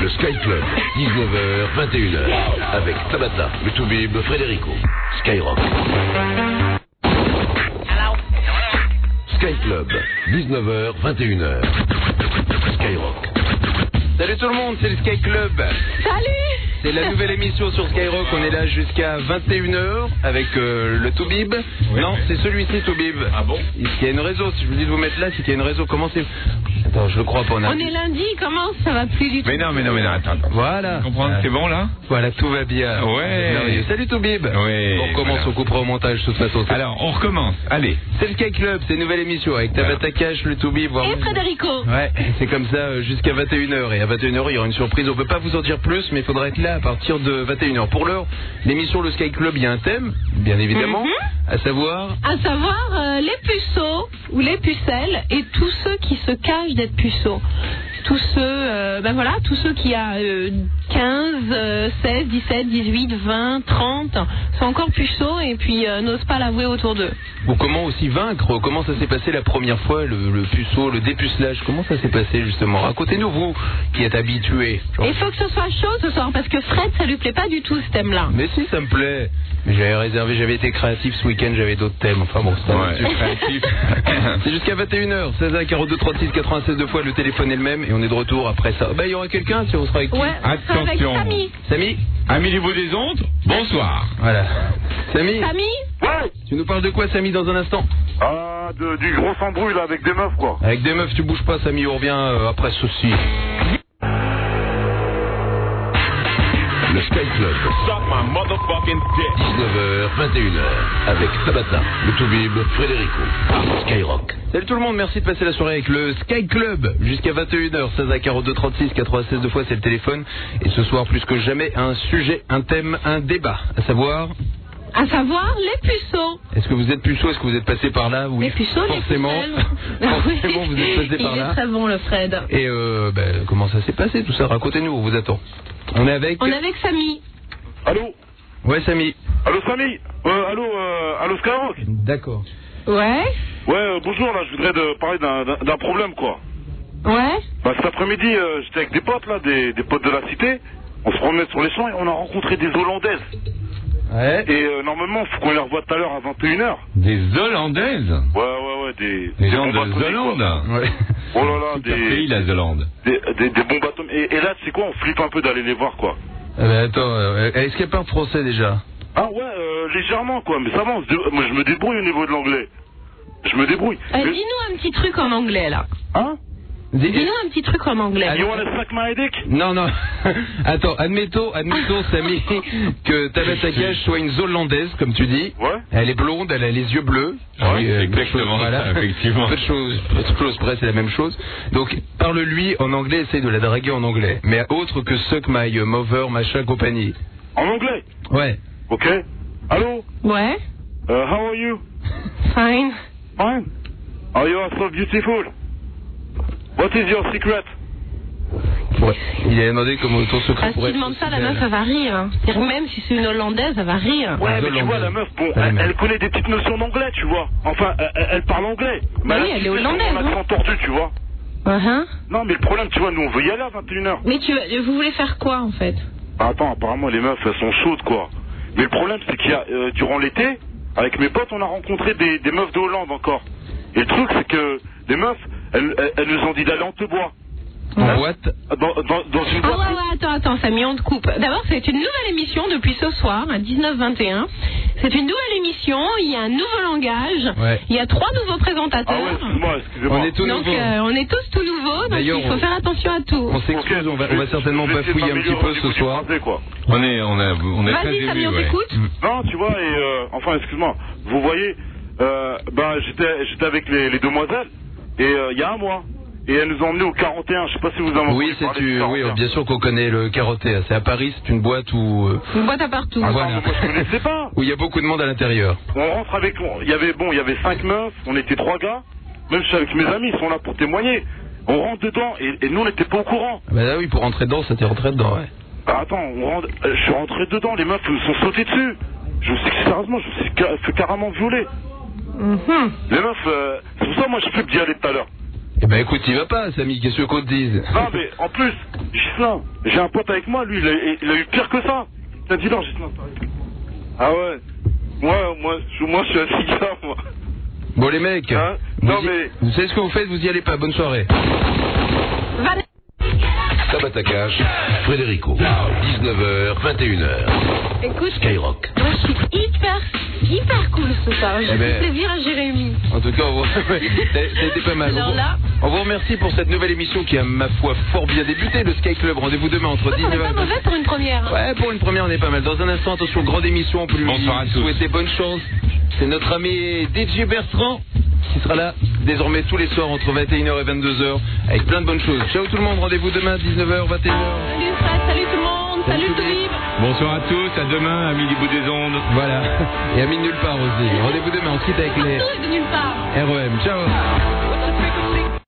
Le Sky Club, 19h, 21h, avec Tabata, le Toubib, Frédérico, Skyrock. Sky Club, 19h, 21h, Skyrock. Salut tout le monde, c'est le Sky Club. Salut. C'est la nouvelle émission sur Skyrock, on est là jusqu'à 21h avec le Toubib. Oui. Non, c'est celui-ci Toubib. Ah bon? Il y a une réseau, si je vous dis de vous mettre là, c'est qu'il y a une réseau. Comment c'est? Attends, je le crois pas. On est lundi, comment ça va plus du tout? Mais non, attends. Voilà. Comprends, c'est bon là? Voilà, tout va bien. Ouais. Salut Toubib. Oui. On recommence, voilà. On coupera au montage de toute façon. Alors, on recommence. Allez. C'est le Sky Club, c'est une nouvelle émission avec Tabata Cash, le Toubib. Et Frédérico. Ouais, c'est comme ça jusqu'à 21h. Et à 21h, il y aura une surprise. On peut pas vous en dire plus, mais il faudra être là à partir de 21h. Pour l'heure, l'émission Le Sky Club, il y a un thème, bien évidemment, à savoir les puceaux ou les pucelles et tous ceux qui se cachent d'être puceaux. Tous ceux qui a 15, 16, 17, 18, 20, 30 sont encore puceaux et puis n'osent pas l'avouer autour d'eux. Ou comment aussi vaincre? Comment ça s'est passé la première fois, le puceau, le dépucelage? Comment ça s'est passé justement? Racontez-nous, vous qui êtes habitués. Il faut que ce soit chaud ce soir parce que Fred, ça lui plaît pas du tout ce thème-là. Mais si, ça me plaît. Mais j'avais été créatif ce week-end, j'avais d'autres thèmes. Enfin bon, c'est créatif. C'est jusqu'à 21h, 16h, 42, 36, 96 deux fois, le téléphone est le même et on est de retour après ça. Il y aura quelqu'un, si on sera avec qui? Ouais, attention. Avec Samy. Amis du bout des ondes, bonsoir. Voilà. Samy. Ouais. Tu nous parles de quoi, Samy, dans un instant? Du gros embrouille là avec des meufs quoi. Avec des meufs, tu bouges pas, Samy, on revient après ceci. Le Sky Club, 19h, 21h, avec Tabata, le Toubib, Frédérico, Skyrock. Salut tout le monde, merci de passer la soirée avec le Sky Club jusqu'à 21h, 16 à 42 36 96 deux fois c'est le téléphone. Et ce soir plus que jamais un sujet, un thème, un débat, à savoir les puceaux. Est-ce que vous êtes puceau? Est-ce que vous êtes passé par là? Oui, les puceaux, forcément. Forcément, vous êtes passé par là. Il est très bon le Fred. Et comment ça s'est passé tout ça? Racontez-nous, on vous attend. On est avec Samy. Allô? Ouais, Samy. Allô Samy? Allô Skyrock? D'accord. Ouais. Ouais, bonjour, là, je voudrais parler d'un problème, quoi. Ouais. Cet après-midi, j'étais avec des potes, là, des potes de la cité. On se promenait sur les champs et on a rencontré des Hollandaises. Ouais. Et normalement, il faut qu'on les revoie tout à l'heure à 21h. Des Hollandaises? Ouais, des gens de Hollande. Ouais. Oh là là, pays, la Hollande. Des bons bateaux. Et là, c'est quoi? On flippe un peu d'aller les voir, quoi. Attends, est-ce qu'il y a pas un français déjà? Ah ouais, légèrement, quoi. Mais ça va, moi je me débrouille au niveau de l'anglais. Je me débrouille. Dis-nous un petit truc en anglais, là. Hein? Dis-nous un petit truc en anglais. You wanna suck my dick? Non. Attends, admettons, Samy, que Tabata Cash soit une Hollandaise, comme tu dis. Ouais. Elle est blonde, elle a les yeux bleus. Ouais, exactement, voilà. effectivement. Peu de choses près, c'est la même chose. Donc, parle-lui en anglais, essaye de la draguer en anglais. Mais autre que suck my mother, machin, compagnie. En anglais? Ouais. Ok. Allô? Ouais. How are you? Fine. Fine. Oh, you are so beautiful. What is your secret? Ouais. Il a demandé comment ton secret pourrait être. Si tu demandes ça, la meuf, elle va rire. C'est-à-dire, même si c'est une Hollandaise, elle va rire. Ouais, mais tu vois, la meuf, bon, elle connaît des petites notions d'anglais, tu vois. Enfin, elle parle anglais. Bah oui, elle est hollandaise. On a accent tordu, tu vois. Non, mais le problème, tu vois, nous, on veut y aller à 21h. Mais vous voulez faire quoi, en fait? Attends, apparemment, les meufs, elles sont chaudes, quoi. Mais le problème, c'est qu'il y a, durant l'été, avec mes potes, on a rencontré des meufs de Hollande encore. Et le truc, c'est que les meufs, elles nous ont dit d'aller en Tebois. En boîte? Dans une boîte. Attends, Samy, on te coupe. D'abord, c'est une nouvelle émission depuis ce soir, à 19h21. C'est une nouvelle émission, il y a un nouveau langage, il y a 3 nouveaux présentateurs. Ah ouais, excusez-moi. On est tous nouveaux. Donc, on est tous tout nouveaux, donc il faut faire attention à tout. On s'excuse, on va certainement bafouiller un petit peu ce soir. On est très Vas-y, Samy, on t'écoute. Non, tu vois, enfin, excuse-moi, vous voyez, j'étais avec les demoiselles, et il y a un mois. Et elles nous ont emmenés au 41, je sais pas si vous en avez parlé. Oui, bien sûr qu'on connaît le 41. C'est à Paris, c'est une boîte où... Une boîte à partout. Voilà. Moi je connaissais pas. Où il y a beaucoup de monde à l'intérieur. On rentre avec... Il y avait 5 meufs, on était 3 gars. Même je suis avec mes amis, ils sont là pour témoigner. On rentre dedans, et nous on n'était pas au courant. Bah là oui, pour rentrer dedans, ça t'est rentré dedans, ouais. Attends, je suis rentré dedans, les meufs nous sont sautés dessus. Je me suis sérieusement, je me suis fait carrément violer. Les meufs, c'est pour ça moi je peux d'y aller tout à l'heure. Eh ben écoute, il va pas, Samy, qu'est-ce qu'on te dise? Non mais en plus, Gislain, j'ai un pote avec moi, lui, il a eu pire que ça. Il a dit non, Gislain, t'arrêtes. Ah ouais. Moi, je suis un cigare, moi. Bon, les mecs, Hein non, mais... vous savez ce que vous faites, vous y allez pas. Bonne soirée. Tabata Cash, Frédérico. 19h, 21h. Écoute, Skyrock. moi je suis hyper cool ce soir. J'ai fait plaisir à Jérémy. En tout cas, ça a été pas mal. Alors là... On vous remercie pour cette nouvelle émission qui a, ma foi, fort bien débuté, le Sky Club. Rendez-vous demain entre 19h et 20h. On n'est pas mauvais pour une première. Ouais, pour une première, on est pas mal. Dans un instant, attention, grande émission, on peut lui souhaiter bonne chance. C'est notre ami DJ Bertrand qui sera là désormais tous les soirs entre 21h et 22h avec plein de bonnes choses. Ciao tout le monde, rendez-vous demain 19h, 21h. Salut Fred, salut tout le monde, salut Toubib. Bonsoir à tous, à demain, amis du bout des ondes. Voilà, et amis de nulle part aussi. Rendez-vous demain, on quitte avec les De nulle part. REM. Ciao.